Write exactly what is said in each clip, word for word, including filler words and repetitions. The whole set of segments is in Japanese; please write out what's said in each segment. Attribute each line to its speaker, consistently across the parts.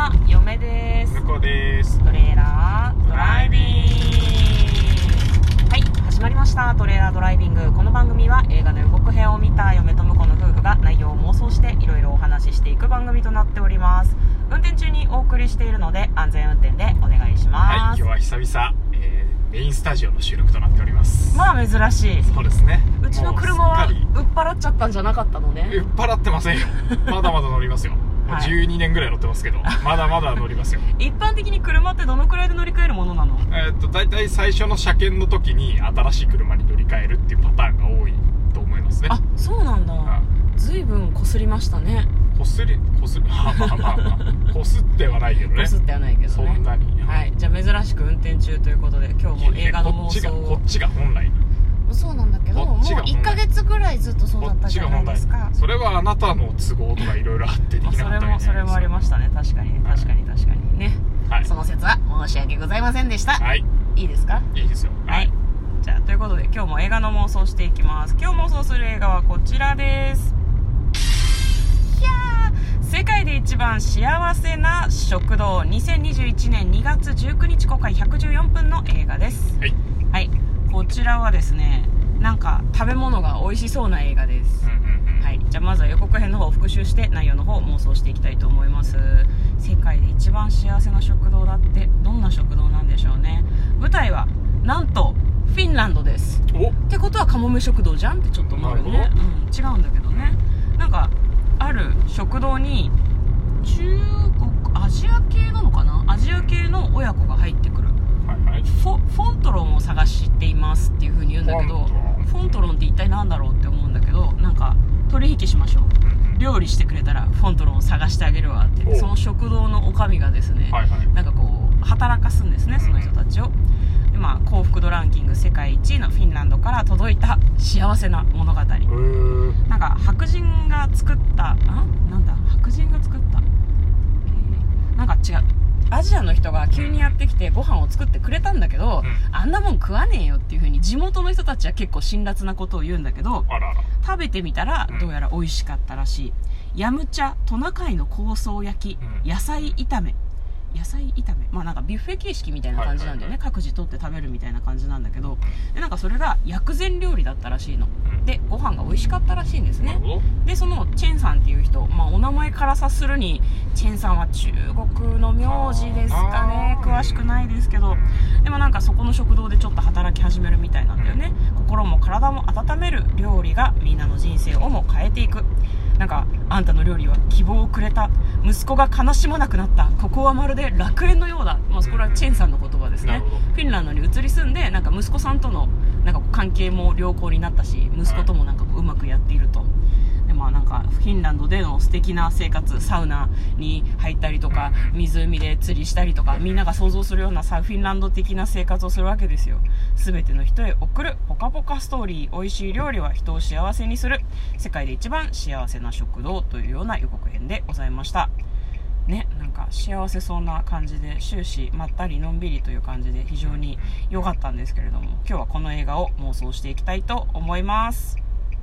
Speaker 1: は嫁です。
Speaker 2: 向こうです。
Speaker 1: トレーラードライビング。はい、始まりましたトレーラードライビング。この番組は映画の予告編を見た嫁と婿の夫婦が内容を妄想していろいろお話ししていく番組となっております。運転中にお送りしているので安全運転でお願いします。
Speaker 2: はい、今日は久々、えー、メインスタジオの収録となっております。
Speaker 1: まあ珍しい。
Speaker 2: そうですね。
Speaker 1: うちの車は売っ払っちゃったんじゃなかったのね。
Speaker 2: 売っ払ってませんよ。まだまだ乗りますよ。もうじゅうにねんぐらい乗ってますけど、はい、まだまだ乗りますよ。
Speaker 1: 一般的に車ってどのくらいで乗り換えるものなの？
Speaker 2: えー、っと大体最初の車検の時に新しい車に乗り換えるっていうパターンが多いと思いますね。
Speaker 1: あ、そうなんだ。ずいぶんこすりましたね。
Speaker 2: こすりこすりまあまあまあ、まあ、こすってはないけどね。
Speaker 1: こすってはないけどね。そ
Speaker 2: んなに。
Speaker 1: はい。じゃあ珍しく運転中ということで今日も映画の妄想を。
Speaker 2: こっちがこっちが本来。
Speaker 1: そうなんだけど、もういっかげつぐらいずっとそうだったじゃないですか。
Speaker 2: それはあなたの都合とかいろいろあってできなかったみたいな。
Speaker 1: それもそれもありましたね。確かに確かに確かにね、はい、その説は申し訳ございませんでした。
Speaker 2: はい。
Speaker 1: いいですか？
Speaker 2: いいですよ。
Speaker 1: はい、はい、じゃあということで今日も映画の妄想していきます。今日妄想する映画はこちらです。いやー、世界で一番幸せな食堂、にせんにじゅういちねんにがつじゅうくにち公開、ひゃくじゅうよんぷんの映画です。はい、はい、こちらはですね、なんか食べ物が美味しそうな映画です。うんうんうん、はい、じゃあまずは予告編の方を復習して内容の方を妄想していきたいと思います。世界で一番幸せな食堂だってどんな食堂なんでしょうね。舞台はなんとフィンランドです。おってことはカモメ食堂じゃんってちょっと思うよね。うん、違うんだけどね。なんかある食堂に中国アジア系なのかな、アジア系の親子が入ってくる。フォ, フォントロンを探していますっていう風に言うんだけど、フォントロンって一体何だろうって思うんだけど、なんか取引しましょう、料理してくれたらフォントロンを探してあげるわって、その食堂の女将がですね、はいはい、なんかこう働かすんですね、その人たちを。で、まあ、幸福度ランキング世界いちいのフィンランドから届いた幸せな物語。なんか白人が作ったあなんだ白人が作ったなんか違うアジアの人が急にやってきてご飯を作ってくれたんだけど、うん、あんなもん食わねえよっていう風に地元の人たちは結構辛辣なことを言うんだけど、あらあら食べてみたらどうやら美味しかったらしい。ヤムチャ、トナカイの香草焼き、うん、野菜炒め野菜炒めまあなんかビュッフェ形式みたいな感じなんだよね、はいはいはい、各自取って食べるみたいな感じなんだけど、でなんかそれが薬膳料理だったらしいので、ご飯が美味しかったらしいんですね。でそのチェンさんっていう人、まあ、お名前から察するにチェンさんは中国の名字ですかね、詳しくないですけど、でもなんかそこの食堂でちょっと働き始めるみたいなんだよね。心も体も温める料理がみんなの人生をも変えていく。なんかあんたの料理は希望をくれた、息子が悲しまなくなった、ここはまるで楽園のようだ。まあ、これはチェンさんの言葉ですね。フィンランドに移り住んで、なんか息子さんとのなんか関係も良好になったし、息子ともなんかうまくやっていると。でまあなんかフィンランドでの素敵な生活、サウナに入ったりとか湖で釣りしたりとか、みんなが想像するようなさフィンランド的な生活をするわけですよ。全ての人へ送るポカポカストーリー、美味しい料理は人を幸せにする、世界で一番幸せな食堂というような予告編でございましたね。なんか幸せそうな感じで終始まったりのんびりという感じで非常に良かったんですけれども、今日はこの映画を妄想していきたいと思います。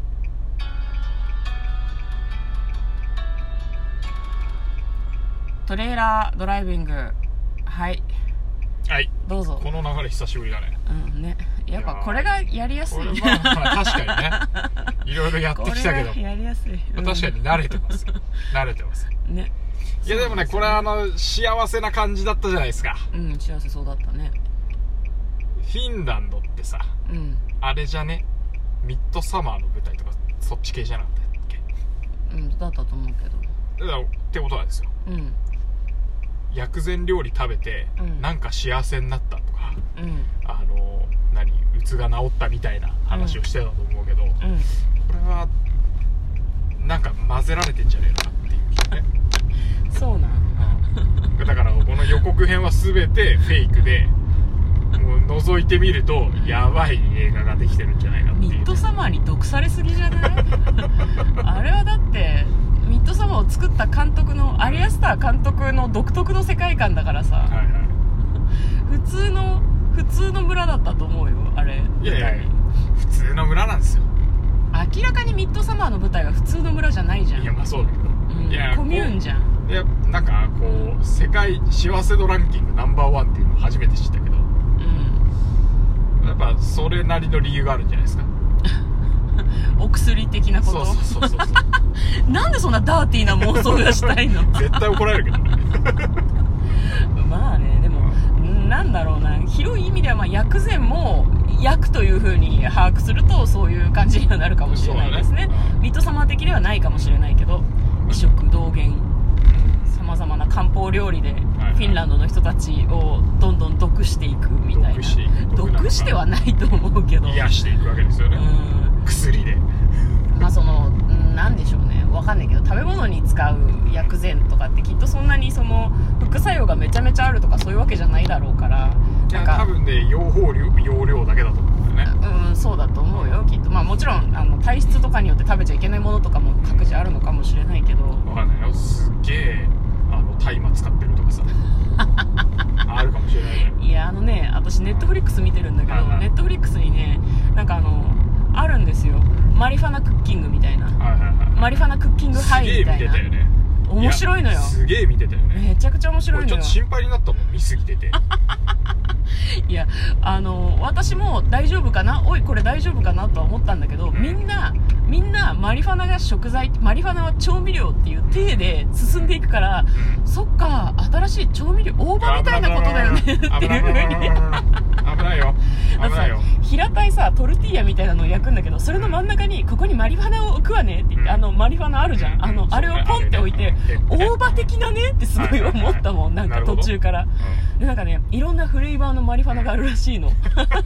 Speaker 1: トレーラードライビング、はい
Speaker 2: はい、
Speaker 1: どうぞ。
Speaker 2: この流れ久しぶりだね。
Speaker 1: うんね、やっぱこれがやりやすい。
Speaker 2: まあ、まあ、確かにねいろいろやってきたけど
Speaker 1: やりやすい、うん、
Speaker 2: 確かに慣れてます慣れてますね。いやでもね、これはあの幸せな感じだったじゃないですか。
Speaker 1: うん、幸せそうだったね。
Speaker 2: フィンランドってさ、うん、あれじゃね、ミッドサマーの舞台とかそっち系じゃなかったっけ？
Speaker 1: うん、だったと思うけど。
Speaker 2: だからってことなんですよ。うん。薬膳料理食べて、うん、なんか幸せになったとか、うん、あの何うつが治ったみたいな話をしてたと思うけど、うんうん、これはなんか混ぜられてんじゃねえかなっていう気がね。
Speaker 1: そうなん、
Speaker 2: うん、だからこの予告編は全てフェイクで、もう覗いてみるとやばい映画ができてるんじゃないかっていう、ね、
Speaker 1: ミッドサマーに毒されすぎじゃないあれはだってミッドサマーを作った監督のアリアスター監督の独特の世界観だからさ、はいはい、普通の普通の村だったと思うよあれ。
Speaker 2: いやいやいや、普通の村なんですよ。
Speaker 1: 明らかにミッドサマーの舞台は普通の村じゃないじゃん。
Speaker 2: いやまあそうだけど、
Speaker 1: うん、いやコミューンじゃん。
Speaker 2: いやなんかここう世界幸せ度ランキングナンバーワンっていうのを初めて知ったけど、うん、やっぱそれなりの理由があるんじゃないですか。
Speaker 1: お薬的なこと。
Speaker 2: そうそうそうそう
Speaker 1: なんでそんなダーティーな妄想がしたいの？
Speaker 2: 絶対怒られるけどね。
Speaker 1: まあね、でも、うん、なんだろうな、広い意味ではまあ薬膳も薬という風に把握するとそういう感じにはなるかもしれないですね。ミッドサマー的ではないかもしれないけど、異食同源、さまざまな漢方料理でフィンランドの人たちをどんどん毒していくみたいな。毒してはないと思うけど、
Speaker 2: 癒していくわけですよね。うん、薬で。
Speaker 1: まあそのなんでしょうね、わかんないけど、食べ物に使う薬膳とかってきっとそんなにその副作用がめちゃめちゃあるとかそういうわけじゃないだろうから、
Speaker 2: なんか多分ね、用法量容量だけだと思うんだよね。
Speaker 1: うん、そうだと思うよきっと。まあもちろんあの体質とかによって食べちゃいけないものとかも各自あるのかもしれないけど、
Speaker 2: わかんないよ、すっげえあの大麻使ってるとかさあるかもしれないね。
Speaker 1: いや、あのね、私ネットフリックス見てるんだけど、はいはい、ネットフリックスにね、なんかあのあるんですよ、マリファナクッキングみたいな、はいはいはい、マリファナクッキングハイみたいな。すげえ見てたよね。面白いのよ。
Speaker 2: すげえ見てたよね。
Speaker 1: めちゃくちゃ面白いのよ。
Speaker 2: ちょっと心配になったもん、見すぎてて
Speaker 1: いや、あの私も大丈夫かな、おいこれ大丈夫かなとは思ったんだけど、うん、みんなみんなマリファナが食材、マリファナは調味料っていう体で進んでいくから、うん、そっか、新しい調味料大葉みたいなことだよねっていう風に
Speaker 2: 危ないよ、危ないよ。
Speaker 1: 平たいさトルティーヤみたいなのを焼くんだけど、それの真ん中にここにマリファナを置くわねって言って、うん、あのマリファナあるじゃん、あの、うん、あれをポンって置いて、大葉的なねってすごい思ったもん、なんか途中から、うん、でなんかね、いろんなフレーバーのマリファナがあるらしいの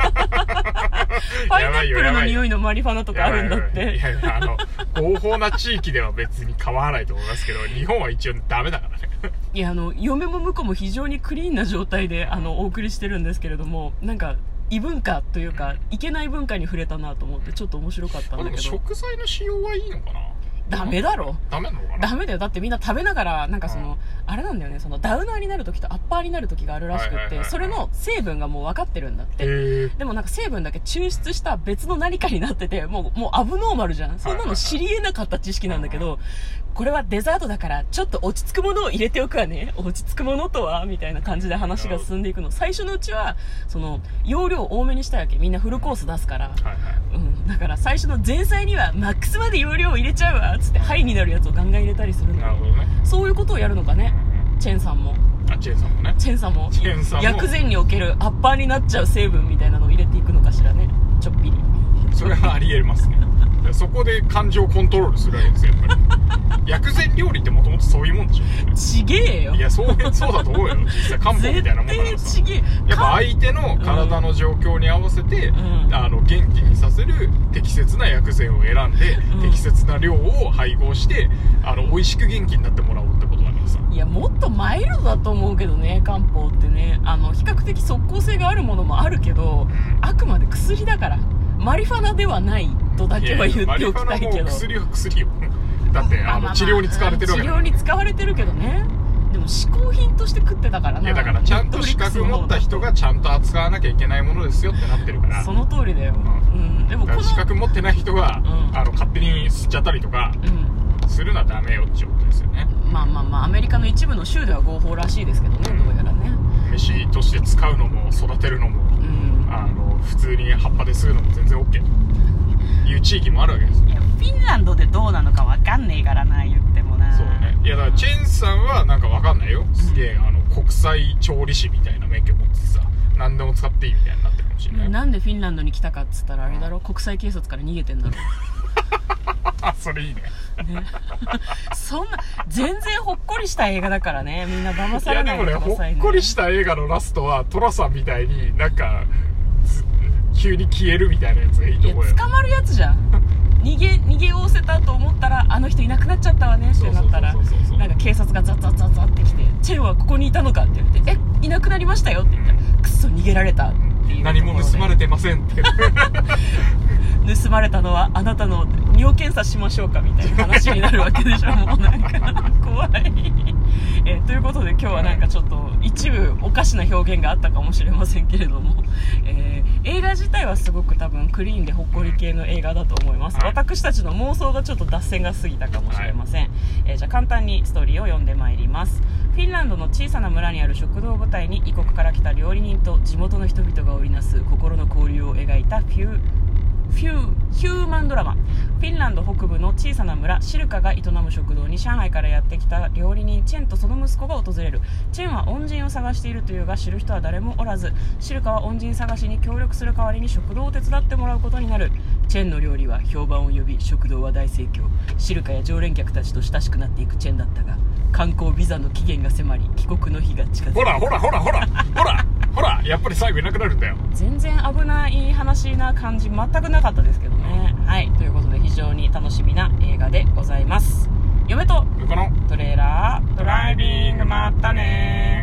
Speaker 1: パイナップルの匂いのマリファナとかあるんだって。
Speaker 2: いやいや、あの合法な地域では別に構わないと思いますけど、日本は一応ダメだからね
Speaker 1: いや、あの嫁も婿も非常にクリーンな状態であのお送りしてるんですけれども、なんか異文化というか、いけない文化に触れたなと思ってちょっと面白かったんだけど。
Speaker 2: 食材の使用はいいのかな。
Speaker 1: ダメだろ。
Speaker 2: ダメなのかな。
Speaker 1: ダメだよ。だってみんな食べながら、なんかその、うん、あれなんだよね、そのダウナーになる時とアッパーになる時があるらしくって、はいはいはいはい、それの成分がもう分かってるんだって。でもなんか成分だけ抽出した別の何かになってて、もう、もうアブノーマルじゃん。そんなの知り得なかった知識なんだけど、はいはいはい、これはデザートだからちょっと落ち着くものを入れておくわね。落ち着くものとはみたいな感じで話が進んでいくの。最初のうちはその容量多めにしたいわけ。みんなフルコース出すから、はいはい、うん、だから最初の前菜にはマックスまで容量を入れちゃうわっつってハイになるやつをガンガン入れたりするの。
Speaker 2: なるほどね。
Speaker 1: そういうことをやるのかね、チェンさんも。
Speaker 2: あ、チェンさんもね。
Speaker 1: チェンさんも
Speaker 2: チェンさんも
Speaker 1: 薬膳におけるアッパーになっちゃう成分みたいなのを入れていくのかしらね。ちょっぴり
Speaker 2: それはありえますねそこで感情をコントロールするわけですよ、やっぱり薬膳料理ってもともとそういうもんでしょ。
Speaker 1: ちげえよ。
Speaker 2: いや、そうそうだと思うよ。実際漢方みたいなもんだからさ。
Speaker 1: ちげえ。
Speaker 2: やっぱ相手の体の状況に合わせて、うん、あの元気にさせる適切な薬膳を選んで、うん、適切な量を配合してあの美味しく元気になってもらおうってことだからさ。
Speaker 1: いや、もっとマイルドだと思うけどね、漢方ってね。あの比較的即効性があるものもあるけど、あくまで薬だからマリファナではないとだけは言っておきたいけど。
Speaker 2: マリファナも薬は薬よだってあの治療に使われてるわけだから。
Speaker 1: 治療に使われてるけどね。でも嗜好品として食ってたからな。
Speaker 2: いや、だからちゃんと資格持った人がちゃんと扱わなきゃいけないものですよってなってるから。
Speaker 1: その通りだよ、うんうん、でもこの
Speaker 2: 資格持ってない人が、うん、あの勝手に吸っちゃったりとか、うん、するのはダメよってことですよね。
Speaker 1: まあまあまあ、アメリカの一部の州では合法らしいですけどね、どうやらね。
Speaker 2: 飯として使うのも育てるのも、うん、あの普通に葉っぱで吸うのも全然 OK という地域もあるわけですよ。
Speaker 1: いや、フィンランドでどうなのか分かんねえからな、言ってもな。
Speaker 2: そうね。いや、だからチェンさんはなんか分かんないよ。すげえ、うん、あの国際調理師みたいな免許持ってさ、何でも使っていいみたいになってるかもしれない。
Speaker 1: なんでフィンランドに来たかっつったらあれだろ、国際警察から逃げてんだろ
Speaker 2: あ、それいいね
Speaker 1: ねそんな全然ほっこりした映画だからね、みんな騙されないでくださいね。
Speaker 2: いやでもね、ほっこりした映画のラストはトラさんみたいになんか急に消えるみたいなやつがいいと思うよ。
Speaker 1: いや、捕まるやつじゃん逃げ逃げおおせたと思ったら、あの人いなくなっちゃったわねってなったら、なんか警察がザッザッザッザッって来て、チェンはここにいたのかって言って、え、いなくなりましたよって言ったら、くっそ逃げられたっていう。
Speaker 2: 何も盗まれてませんって
Speaker 1: 盗まれたのはあなたの尿検査しましょうかみたいな話になるわけでしょ。もうなんか怖いえということで今日はなんかちょっと一部おかしな表現があったかもしれませんけれども、えー、映画自体はすごく多分クリーンでほっこり系の映画だと思います。私たちの妄想がちょっと脱線が過ぎたかもしれません、えー、じゃあ簡単にストーリーを読んでまいります。フフィンランドの小さな村にある食堂を舞台に異国から来た料理人と地元の人々が織りなす心の交流を描いたフューフューヒューマンドラマ。フィンランド北部の小さな村シルカが営む食堂に上海からやってきた料理人チェンとその息子が訪れる。チェンは恩人を探しているというが知る人は誰もおらず、シルカは恩人探しに協力する代わりに食堂を手伝ってもらうことになる。チェンの料理は評判を呼び食堂は大盛況。シルカや常連客たちと親しくなっていくチェンだったが、観光ビザの期限が迫り帰国の日が近づく。
Speaker 2: ほらほらほらほらほらほら、やっぱり最後いなくなるんだよ。
Speaker 1: 全然危ない話な感じ全くなかったですけどね。はい、ということで非常に楽しみな映画でございます。嫁と
Speaker 2: この
Speaker 1: トレーラードライビング、まったねー。